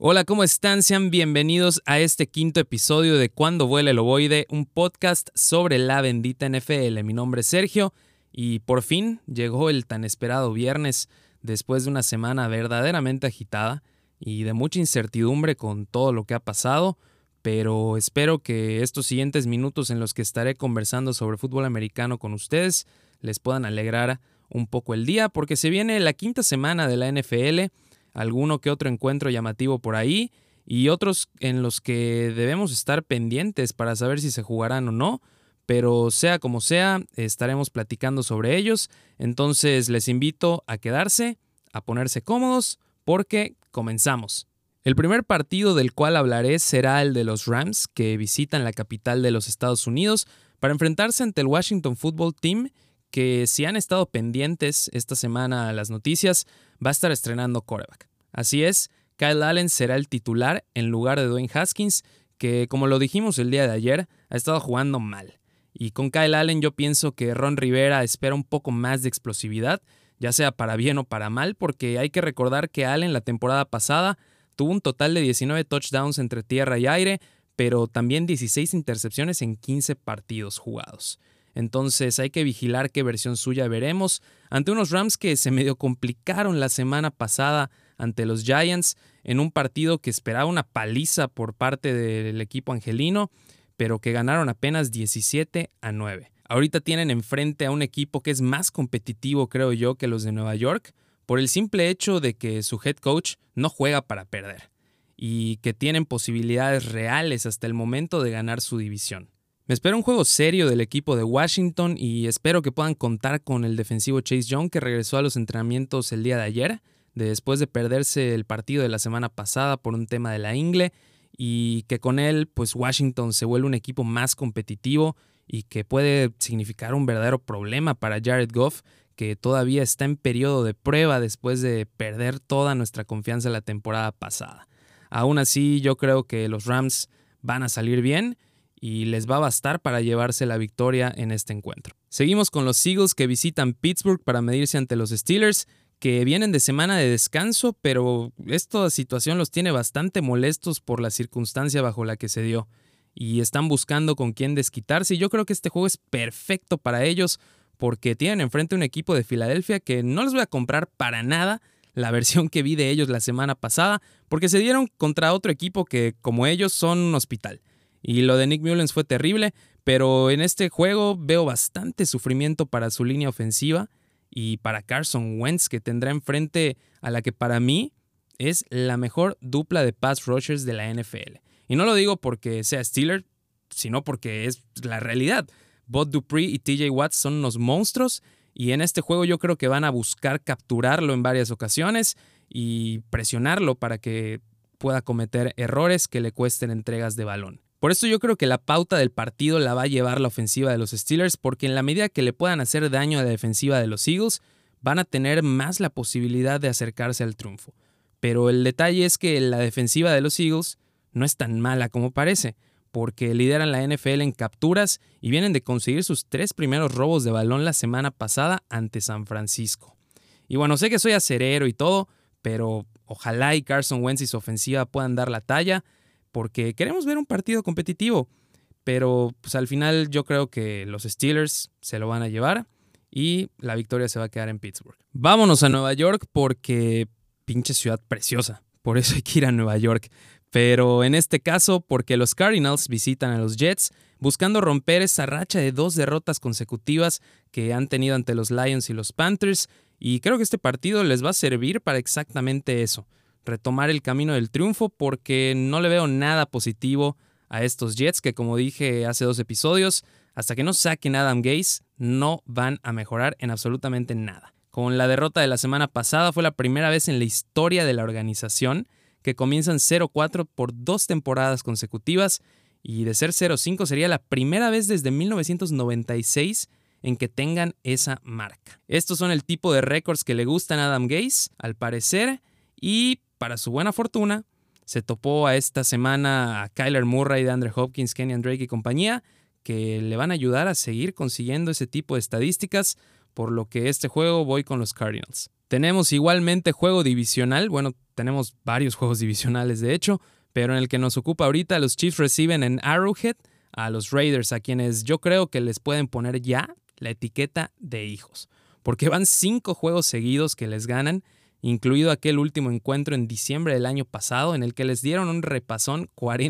Hola, ¿cómo están? Sean bienvenidos a este quinto episodio de Cuando vuela el ovoide, un podcast sobre la bendita NFL. Mi nombre es Sergio y por fin llegó el tan esperado viernes después de una semana verdaderamente agitada y de mucha incertidumbre con todo lo que ha pasado, pero espero que estos siguientes minutos en los que estaré conversando sobre fútbol americano con ustedes les puedan alegrar un poco el día porque se viene la quinta semana de la NFL. Alguno que otro encuentro llamativo por ahí y otros en los que debemos estar pendientes para saber si se jugarán o no, pero sea como sea, estaremos platicando sobre ellos, entonces les invito a quedarse, a ponerse cómodos, porque comenzamos. El primer partido del cual hablaré será el de los Rams, que visitan la capital de los Estados Unidos para enfrentarse ante el Washington Football Team, que si han estado pendientes esta semana a las noticias, va a estar estrenando quarterback. Así es, Kyle Allen será el titular en lugar de Dwayne Haskins, que como lo dijimos el día de ayer, ha estado jugando mal. Y con Kyle Allen yo pienso que Ron Rivera espera un poco más de explosividad, ya sea para bien o para mal, porque hay que recordar que Allen la temporada pasada tuvo un total de 19 touchdowns entre tierra y aire, pero también 16 intercepciones en 15 partidos jugados. Entonces hay que vigilar qué versión suya veremos ante unos Rams que se medio complicaron la semana pasada ante los Giants en un partido que esperaba una paliza por parte del equipo angelino, pero que ganaron apenas 17-9. Ahorita tienen enfrente a un equipo que es más competitivo, creo yo, que los de Nueva York, por el simple hecho de que su head coach no juega para perder y que tienen posibilidades reales hasta el momento de ganar su división. Me espera un juego serio del equipo de Washington y espero que puedan contar con el defensivo Chase Young, que regresó a los entrenamientos el día de ayer, después de perderse el partido de la semana pasada por un tema de la ingle, y que con él pues Washington se vuelve un equipo más competitivo y que puede significar un verdadero problema para Jared Goff, que todavía está en periodo de prueba después de perder toda nuestra confianza la temporada pasada. Aún así, yo creo que los Rams van a salir bien y les va a bastar para llevarse la victoria en este encuentro. Seguimos con los Eagles, que visitan Pittsburgh para medirse ante los Steelers, que vienen de semana de descanso, pero esta situación los tiene bastante molestos por la circunstancia bajo la que se dio y están buscando con quién desquitarse, y yo creo que este juego es perfecto para ellos porque tienen enfrente un equipo de Filadelfia que no les voy a comprar para nada la versión que vi de ellos la semana pasada, porque se dieron contra otro equipo que, como ellos, son un hospital. Y lo de Nick Mullens fue terrible, pero en este juego veo bastante sufrimiento para su línea ofensiva y para Carson Wentz, que tendrá enfrente a la que para mí es la mejor dupla de pass rushers de la NFL. Y no lo digo porque sea Steeler, sino porque es la realidad. Bud Dupree y TJ Watt son unos monstruos y en este juego yo creo que van a buscar capturarlo en varias ocasiones y presionarlo para que pueda cometer errores que le cuesten entregas de balón. Por eso yo creo que la pauta del partido la va a llevar la ofensiva de los Steelers, porque en la medida que le puedan hacer daño a la defensiva de los Eagles, van a tener más la posibilidad de acercarse al triunfo. Pero el detalle es que la defensiva de los Eagles no es tan mala como parece, porque lideran la NFL en capturas y vienen de conseguir sus 3 primeros robos de balón la semana pasada ante San Francisco. Y bueno, sé que soy acerero y todo, pero ojalá y Carson Wentz y su ofensiva puedan dar la talla, porque queremos ver un partido competitivo, pero pues al final yo creo que los Steelers se lo van a llevar y la victoria se va a quedar en Pittsburgh. Vámonos a Nueva York porque pinche ciudad preciosa, por eso hay que ir a Nueva York. Pero en este caso porque los Cardinals visitan a los Jets buscando romper esa racha de 2 derrotas consecutivas que han tenido ante los Lions y los Panthers, y creo que este partido les va a servir para exactamente eso, retomar el camino del triunfo, porque no le veo nada positivo a estos Jets que, como dije hace 2 episodios, hasta que no saquen a Adam Gase no van a mejorar en absolutamente nada. Con la derrota de la semana pasada fue la primera vez en la historia de la organización que comienzan 0-4 por 2 temporadas consecutivas, y de ser 0-5 sería la primera vez desde 1996 en que tengan esa marca. Estos son el tipo de récords que le gustan a Adam Gase, al parecer, y para su buena fortuna, se topó a esta semana a Kyler Murray, DeAndre Hopkins, Kenyan Drake y compañía, que le van a ayudar a seguir consiguiendo ese tipo de estadísticas, por lo que este juego voy con los Cardinals. Tenemos igualmente juego divisional, bueno, tenemos varios juegos divisionales de hecho, pero en el que nos ocupa ahorita los Chiefs reciben en Arrowhead a los Raiders, a quienes yo creo que les pueden poner ya la etiqueta de hijos, porque van 5 juegos seguidos que les ganan, incluido aquel último encuentro en diciembre del año pasado en el que les dieron un repasón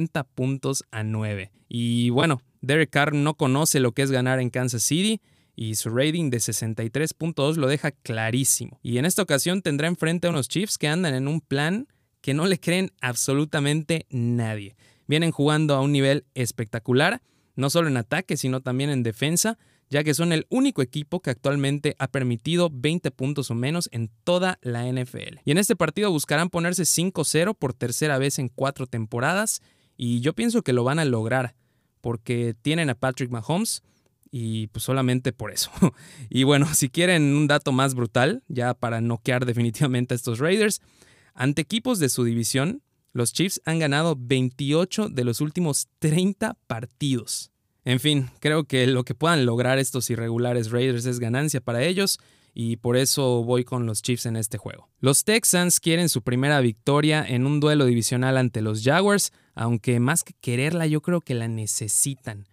40-9. Y bueno, Derek Carr no conoce lo que es ganar en Kansas City y su rating de 63.2 lo deja clarísimo. Y en esta ocasión tendrá enfrente a unos Chiefs que andan en un plan que no le creen absolutamente nadie. Vienen jugando a un nivel espectacular, no solo en ataque, sino también en defensa, ya que son el único equipo que actualmente ha permitido 20 puntos o menos en toda la NFL. Y en este partido buscarán ponerse 5-0 por tercera vez en 4 temporadas, y yo pienso que lo van a lograr, porque tienen a Patrick Mahomes, y pues solamente por eso. Y bueno, si quieren un dato más brutal, ya para noquear definitivamente a estos Raiders, ante equipos de su división, los Chiefs han ganado 28 de los últimos 30 partidos. En fin, creo que lo que puedan lograr estos irregulares Raiders es ganancia para ellos y por eso voy con los Chiefs en este juego. Los Texans quieren su primera victoria en un duelo divisional ante los Jaguars, aunque más que quererla yo creo que la necesitan,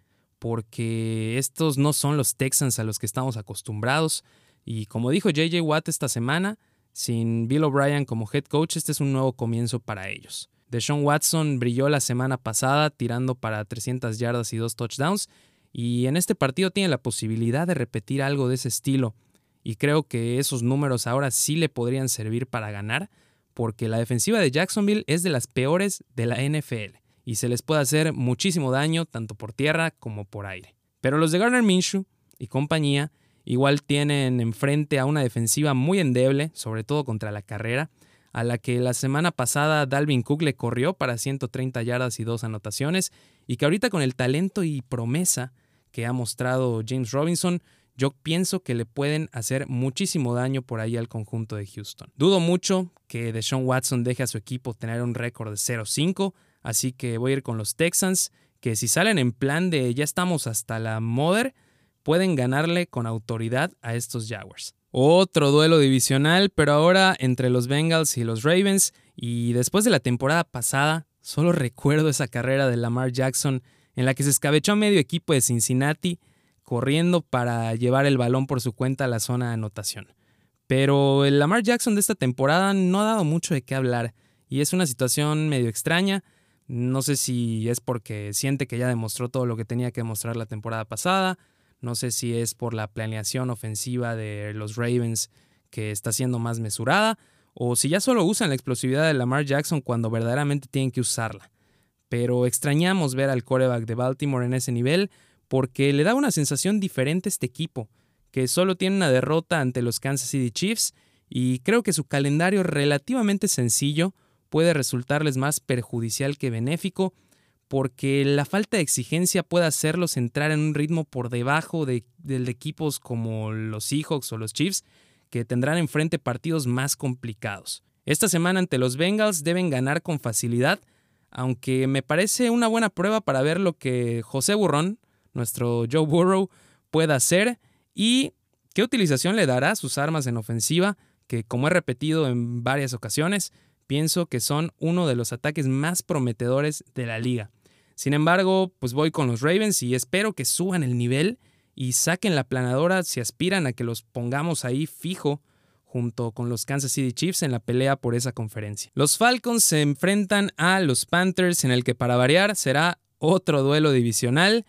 porque estos no son los Texans a los que estamos acostumbrados y como dijo J.J. Watt esta semana, sin Bill O'Brien como head coach, este es un nuevo comienzo para ellos. Deshaun Watson brilló la semana pasada tirando para 300 yardas y 2 touchdowns y en este partido tiene la posibilidad de repetir algo de ese estilo y creo que esos números ahora sí le podrían servir para ganar porque la defensiva de Jacksonville es de las peores de la NFL y se les puede hacer muchísimo daño tanto por tierra como por aire. Pero los de Gardner Minshew y compañía igual tienen enfrente a una defensiva muy endeble, sobre todo contra la carrera, a la que la semana pasada Dalvin Cook le corrió para 130 yardas y 2 anotaciones, y que ahorita con el talento y promesa que ha mostrado James Robinson, yo pienso que le pueden hacer muchísimo daño por ahí al conjunto de Houston. Dudo mucho que Deshaun Watson deje a su equipo tener un récord de 0-5, así que voy a ir con los Texans, que si salen en plan de ya estamos hasta la mother, pueden ganarle con autoridad a estos Jaguars. Otro duelo divisional, pero ahora entre los Bengals y los Ravens, y después de la temporada pasada, solo recuerdo esa carrera de Lamar Jackson en la que se escabechó a medio equipo de Cincinnati corriendo para llevar el balón por su cuenta a la zona de anotación. Pero el Lamar Jackson de esta temporada no ha dado mucho de qué hablar, y es una situación medio extraña. No sé si es porque siente que ya demostró todo lo que tenía que demostrar la temporada pasada. No sé si es por la planeación ofensiva de los Ravens que está siendo más mesurada o si ya solo usan la explosividad de Lamar Jackson cuando verdaderamente tienen que usarla. Pero extrañamos ver al quarterback de Baltimore en ese nivel porque le da una sensación diferente a este equipo, que solo tiene una derrota ante los Kansas City Chiefs y creo que su calendario relativamente sencillo puede resultarles más perjudicial que benéfico, porque la falta de exigencia puede hacerlos entrar en un ritmo por debajo del de equipos como los Seahawks o los Chiefs, que tendrán enfrente partidos más complicados. Esta semana ante los Bengals deben ganar con facilidad, aunque me parece una buena prueba para ver lo que José Burrón, nuestro Joe Burrow, pueda hacer y qué utilización le dará a sus armas en ofensiva, que como he repetido en varias ocasiones, pienso que son uno de los ataques más prometedores de la liga. Sin embargo, pues voy con los Ravens y espero que suban el nivel y saquen la planadora si aspiran a que los pongamos ahí fijo junto con los Kansas City Chiefs en la pelea por esa conferencia. Los Falcons se enfrentan a los Panthers en el que para variar será otro duelo divisional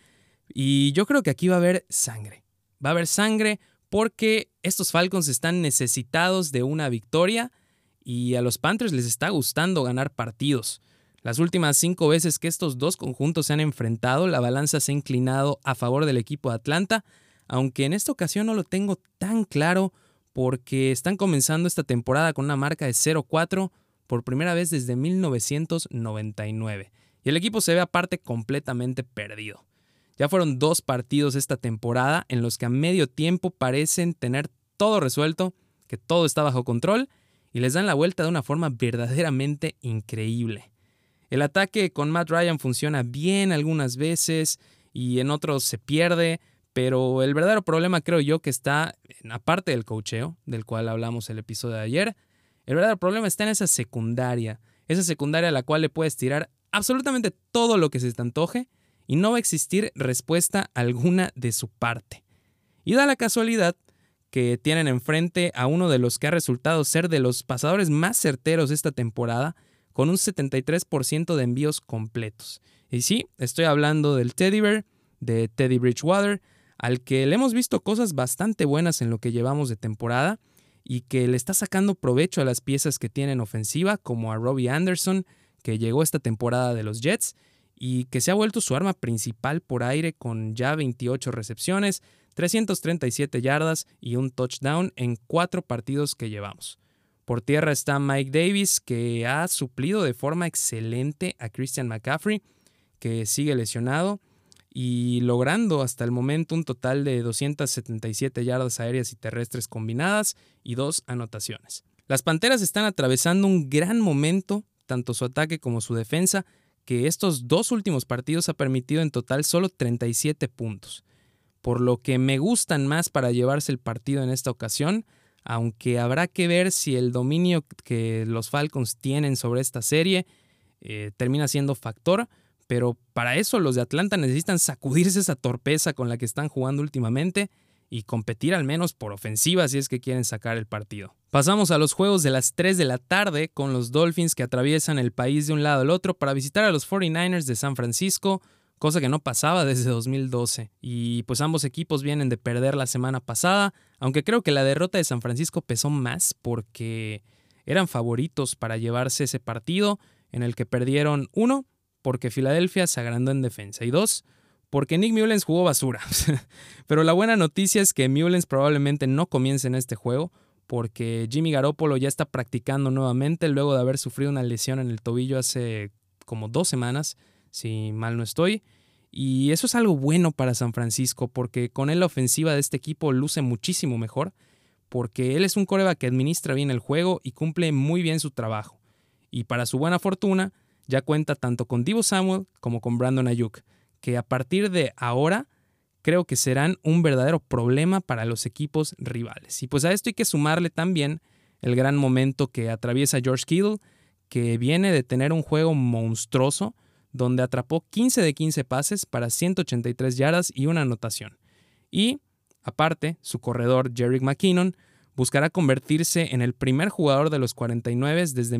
y yo creo que aquí va a haber sangre. Va a haber sangre porque estos Falcons están necesitados de una victoria y a los Panthers les está gustando ganar partidos. Las últimas 5 veces que estos dos conjuntos se han enfrentado, la balanza se ha inclinado a favor del equipo de Atlanta, aunque en esta ocasión no lo tengo tan claro porque están comenzando esta temporada con una marca de 0-4 por primera vez desde 1999. Y el equipo se ve aparte completamente perdido. Ya fueron 2 partidos esta temporada en los que a medio tiempo parecen tener todo resuelto, que todo está bajo control y les dan la vuelta de una forma verdaderamente increíble. El ataque con Matt Ryan funciona bien algunas veces y en otros se pierde, pero el verdadero problema creo yo que está, aparte del coacheo, del cual hablamos el episodio de ayer, el verdadero problema está en esa secundaria a la cual le puedes tirar absolutamente todo lo que se te antoje y no va a existir respuesta alguna de su parte. Y da la casualidad que tienen enfrente a uno de los que ha resultado ser de los pasadores más certeros esta temporada, con un 73% de envíos completos. Y sí, estoy hablando del Teddy Bear, de Teddy Bridgewater, al que le hemos visto cosas bastante buenas en lo que llevamos de temporada y que le está sacando provecho a las piezas que tiene en ofensiva, como a Robbie Anderson, que llegó esta temporada de los Jets y que se ha vuelto su arma principal por aire con ya 28 recepciones, 337 yardas y un touchdown en 4 partidos que llevamos. Por tierra está Mike Davis, que ha suplido de forma excelente a Christian McCaffrey, que sigue lesionado, y logrando hasta el momento un total de 277 yardas aéreas y terrestres combinadas y 2 anotaciones. Las Panteras están atravesando un gran momento, tanto su ataque como su defensa, que estos 2 últimos partidos ha permitido en total solo 37 puntos. Por lo que me gustan más para llevarse el partido en esta ocasión, aunque habrá que ver si el dominio que los Falcons tienen sobre esta serie termina siendo factor, pero para eso los de Atlanta necesitan sacudirse esa torpeza con la que están jugando últimamente y competir al menos por ofensiva si es que quieren sacar el partido. Pasamos a los juegos de las 3 de la tarde con los Dolphins que atraviesan el país de un lado al otro para visitar a los 49ers de San Francisco, cosa que no pasaba desde 2012. Y pues ambos equipos vienen de perder la semana pasada, aunque creo que la derrota de San Francisco pesó más porque eran favoritos para llevarse ese partido, en el que perdieron 1, porque Filadelfia se agrandó en defensa, y 2, porque Nick Mullens jugó basura. Pero la buena noticia es que Mullens probablemente no comience en este juego, porque Jimmy Garoppolo ya está practicando nuevamente luego de haber sufrido una lesión en el tobillo hace como 2 semanas, si mal no estoy. Y eso es algo bueno para San Francisco, porque con él la ofensiva de este equipo luce muchísimo mejor, porque él es un quarterback que administra bien el juego y cumple muy bien su trabajo. Y para su buena fortuna, ya cuenta tanto con Deebo Samuel como con Brandon Ayuk, que a partir de ahora creo que serán un verdadero problema para los equipos rivales. Y pues a esto hay que sumarle también el gran momento que atraviesa George Kittle, que viene de tener un juego monstruoso, donde atrapó 15 de 15 pases para 183 yardas y una anotación. Y, aparte, su corredor Jerick McKinnon buscará convertirse en el primer jugador de los 49 desde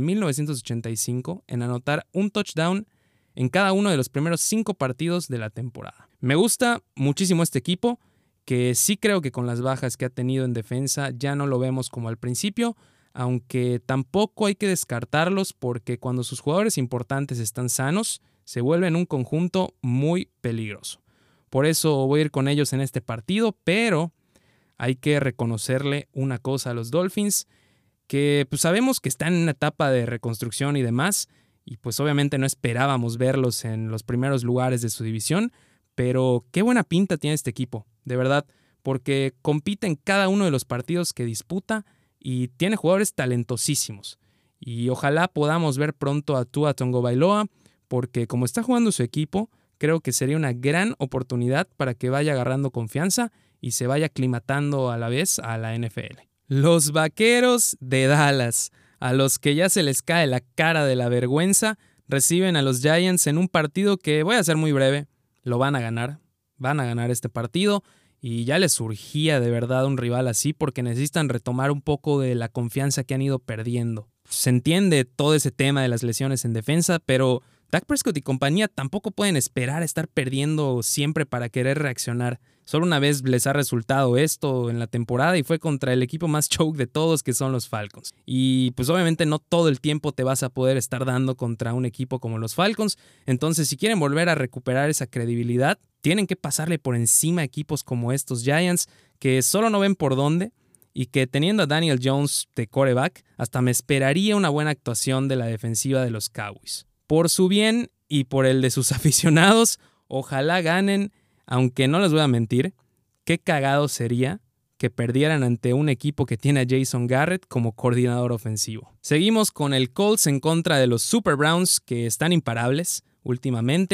1985 en anotar un touchdown en cada uno de los primeros 5 partidos de la temporada. Me gusta muchísimo este equipo, que sí creo que con las bajas que ha tenido en defensa ya no lo vemos como al principio, aunque tampoco hay que descartarlos porque cuando sus jugadores importantes están sanos, se vuelven un conjunto muy peligroso. Por eso voy a ir con ellos en este partido, pero hay que reconocerle una cosa a los Dolphins, que pues sabemos que están en una etapa de reconstrucción y demás, y pues obviamente no esperábamos verlos en los primeros lugares de su división, pero qué buena pinta tiene este equipo, de verdad, porque compite en cada uno de los partidos que disputa y tiene jugadores talentosísimos. Y ojalá podamos ver pronto a Tua Tagovailoa, porque como está jugando su equipo, creo que sería una gran oportunidad para que vaya agarrando confianza y se vaya aclimatando a la vez a la NFL. Los Vaqueros de Dallas, a los que ya se les cae la cara de la vergüenza, reciben a los Giants en un partido que voy a hacer muy breve. Lo van a ganar este partido y ya les surgía de verdad un rival así porque necesitan retomar un poco de la confianza que han ido perdiendo. Se entiende todo ese tema de las lesiones en defensa, pero Dak Prescott y compañía tampoco pueden esperar a estar perdiendo siempre para querer reaccionar. Solo una vez les ha resultado esto en la temporada y fue contra el equipo más choke de todos, que son los Falcons. Y pues obviamente no todo el tiempo te vas a poder estar dando contra un equipo como los Falcons. Entonces si quieren volver a recuperar esa credibilidad, tienen que pasarle por encima a equipos como estos Giants, que solo no ven por dónde, y que teniendo a Daniel Jones de quarterback, hasta me esperaría una buena actuación de la defensiva de los Cowboys. Por su bien y por el de sus aficionados, ojalá ganen, aunque no les voy a mentir, qué cagado sería que perdieran ante un equipo que tiene a Jason Garrett como coordinador ofensivo. Seguimos con el Colts en contra de los Super Browns, que están imparables últimamente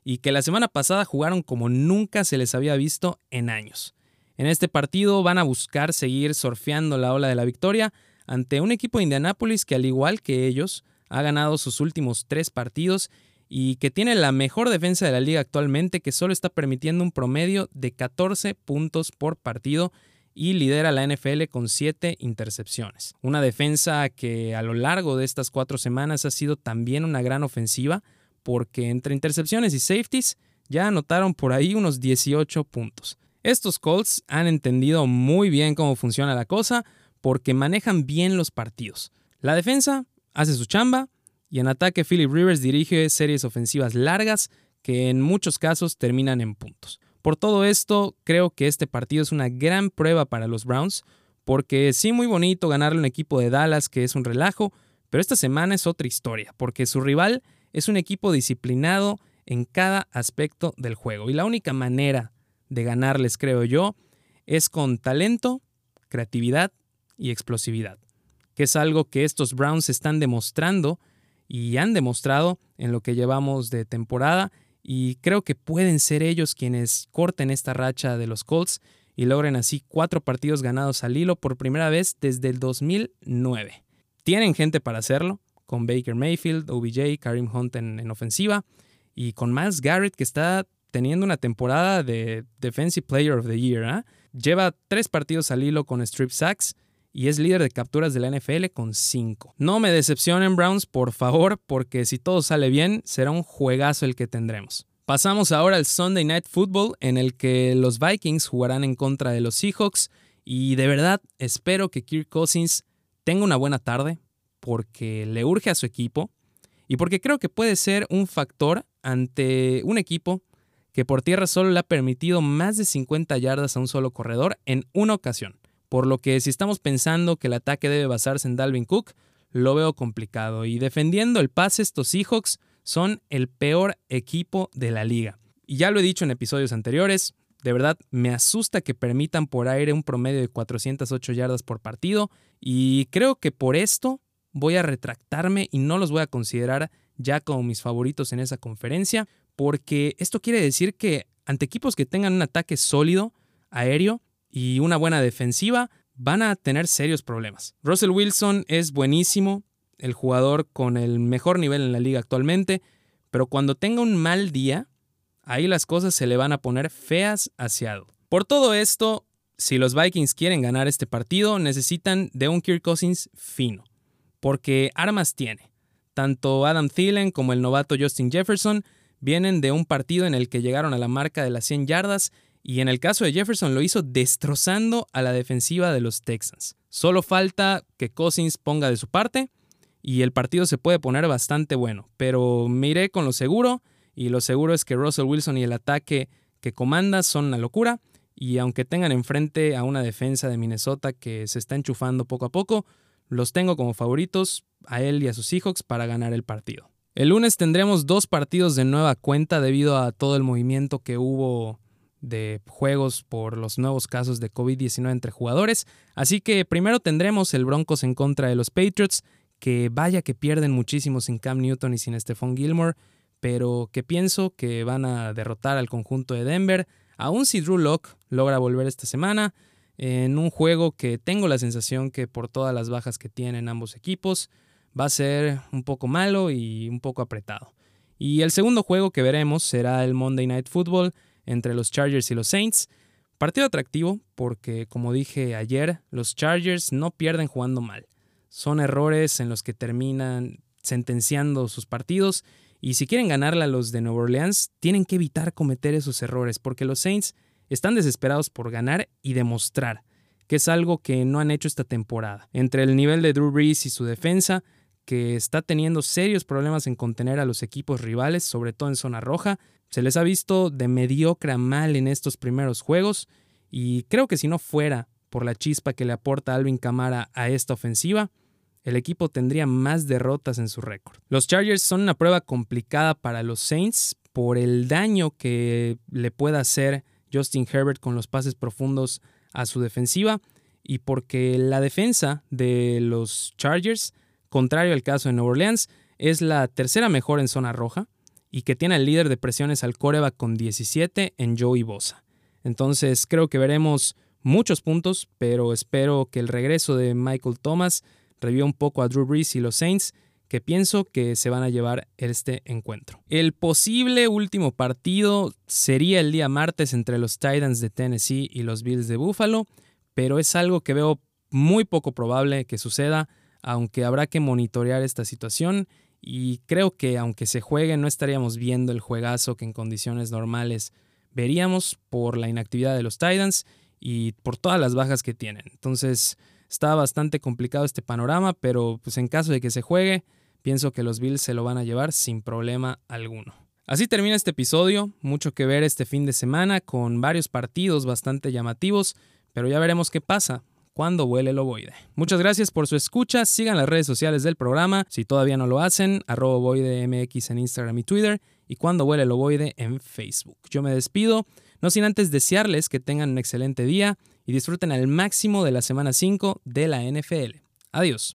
y que la semana pasada jugaron como nunca se les había visto en años. En este partido van a buscar seguir surfeando la ola de la victoria ante un equipo de Indianápolis que, al igual que ellos, ha ganado sus últimos 3 partidos y que tiene la mejor defensa de la liga actualmente, que solo está permitiendo un promedio de 14 puntos por partido y lidera la NFL con 7 intercepciones. Una defensa que a lo largo de estas 4 semanas ha sido también una gran ofensiva, porque entre intercepciones y safeties ya anotaron por ahí unos 18 puntos. Estos Colts han entendido muy bien cómo funciona la cosa porque manejan bien los partidos. La defensa hace su chamba y en ataque Philip Rivers dirige series ofensivas largas que en muchos casos terminan en puntos. Por todo esto, creo que este partido es una gran prueba para los Browns, porque sí, muy bonito ganarle a un equipo de Dallas que es un relajo, pero esta semana es otra historia, porque su rival es un equipo disciplinado en cada aspecto del juego. Y la única manera de ganarles, creo yo, es con talento, creatividad y explosividad, que es algo que estos Browns están demostrando y han demostrado en lo que llevamos de temporada, y creo que pueden ser ellos quienes corten esta racha de los Colts y logren así 4 partidos ganados al hilo por primera vez desde el 2009. Tienen gente para hacerlo, con Baker Mayfield, OBJ, Kareem Hunt en ofensiva, y con Myles Garrett, que está teniendo una temporada de Defensive Player of the Year. Lleva 3 partidos al hilo con strip sacks y es líder de capturas de la NFL con 5. No me decepcionen, Browns, por favor, porque si todo sale bien, será un juegazo el que tendremos. Pasamos ahora al Sunday Night Football, en el que los Vikings jugarán en contra de los Seahawks, y de verdad espero que Kirk Cousins tenga una buena tarde, porque le urge a su equipo y porque creo que puede ser un factor ante un equipo que por tierra solo le ha permitido más de 50 yardas a un solo corredor en una ocasión. Por lo que si estamos pensando que el ataque debe basarse en Dalvin Cook, lo veo complicado. Y defendiendo el pase, estos Seahawks son el peor equipo de la liga. Y ya lo he dicho en episodios anteriores, de verdad me asusta que permitan por aire un promedio de 408 yardas por partido. Y creo que por esto voy a retractarme y no los voy a considerar ya como mis favoritos en esa conferencia, porque esto quiere decir que ante equipos que tengan un ataque sólido, aéreo, y una buena defensiva, van a tener serios problemas. Russell Wilson es buenísimo, el jugador con el mejor nivel en la liga actualmente, pero cuando tenga un mal día, ahí las cosas se le van a poner feas a Seattle. Por todo esto, si los Vikings quieren ganar este partido, necesitan de un Kirk Cousins fino, porque armas tiene. Tanto Adam Thielen como el novato Justin Jefferson vienen de un partido en el que llegaron a la marca de las 100 yardas, y en el caso de Jefferson lo hizo destrozando a la defensiva de los Texans. Solo falta que Cousins ponga de su parte y el partido se puede poner bastante bueno, pero me iré con lo seguro, y lo seguro es que Russell Wilson y el ataque que comanda son una locura, y aunque tengan enfrente a una defensa de Minnesota que se está enchufando poco a poco, los tengo como favoritos a él y a sus Seahawks para ganar el partido. El lunes tendremos 2 partidos de nueva cuenta debido a todo el movimiento que hubo de juegos por los nuevos casos de COVID-19 entre jugadores. Así que primero tendremos el Broncos en contra de los Patriots, que vaya que pierden muchísimo sin Cam Newton y sin Stephon Gilmore, pero que pienso que van a derrotar al conjunto de Denver, aun si Drew Lock logra volver esta semana, en un juego que tengo la sensación que por todas las bajas que tienen ambos equipos, va a ser un poco malo y un poco apretado. Y el segundo juego que veremos será el Monday Night Football entre los Chargers y los Saints. Partido atractivo porque, como dije ayer, los Chargers no pierden jugando mal. Son errores en los que terminan sentenciando sus partidos, y si quieren ganarle a los de Nueva Orleans, tienen que evitar cometer esos errores, porque los Saints están desesperados por ganar y demostrar, que es algo que no han hecho esta temporada. Entre el nivel de Drew Brees y su defensa, que está teniendo serios problemas en contener a los equipos rivales, sobre todo en zona roja, se les ha visto de mediocre a mal en estos primeros juegos, y creo que si no fuera por la chispa que le aporta Alvin Kamara a esta ofensiva, el equipo tendría más derrotas en su récord. Los Chargers son una prueba complicada para los Saints por el daño que le pueda hacer Justin Herbert con los pases profundos a su defensiva, y porque la defensa de los Chargers, contrario al caso de Nueva Orleans, es la tercera mejor en zona roja, y que tiene al líder de presiones al quarterback con 17 en Joey Bosa. Entonces creo que veremos muchos puntos, pero espero que el regreso de Michael Thomas reviva un poco a Drew Brees y los Saints, que pienso que se van a llevar este encuentro. El posible último partido sería el día martes entre los Titans de Tennessee y los Bills de Buffalo, pero es algo que veo muy poco probable que suceda, aunque habrá que monitorear esta situación y creo que aunque se juegue no estaríamos viendo el juegazo que en condiciones normales veríamos por la inactividad de los Titans y por todas las bajas que tienen. Entonces está bastante complicado este panorama, pero pues en caso de que se juegue, pienso que los Bills se lo van a llevar sin problema alguno. Así termina este episodio, mucho que ver este fin de semana con varios partidos bastante llamativos, pero ya veremos qué pasa cuando vuele el ovoide. Muchas gracias por su escucha, sigan las redes sociales del programa, si todavía no lo hacen, @ovoidemx en Instagram y Twitter, y cuando vuele el ovoide en Facebook. Yo me despido, no sin antes desearles que tengan un excelente día y disfruten al máximo de la semana 5 de la NFL. Adiós.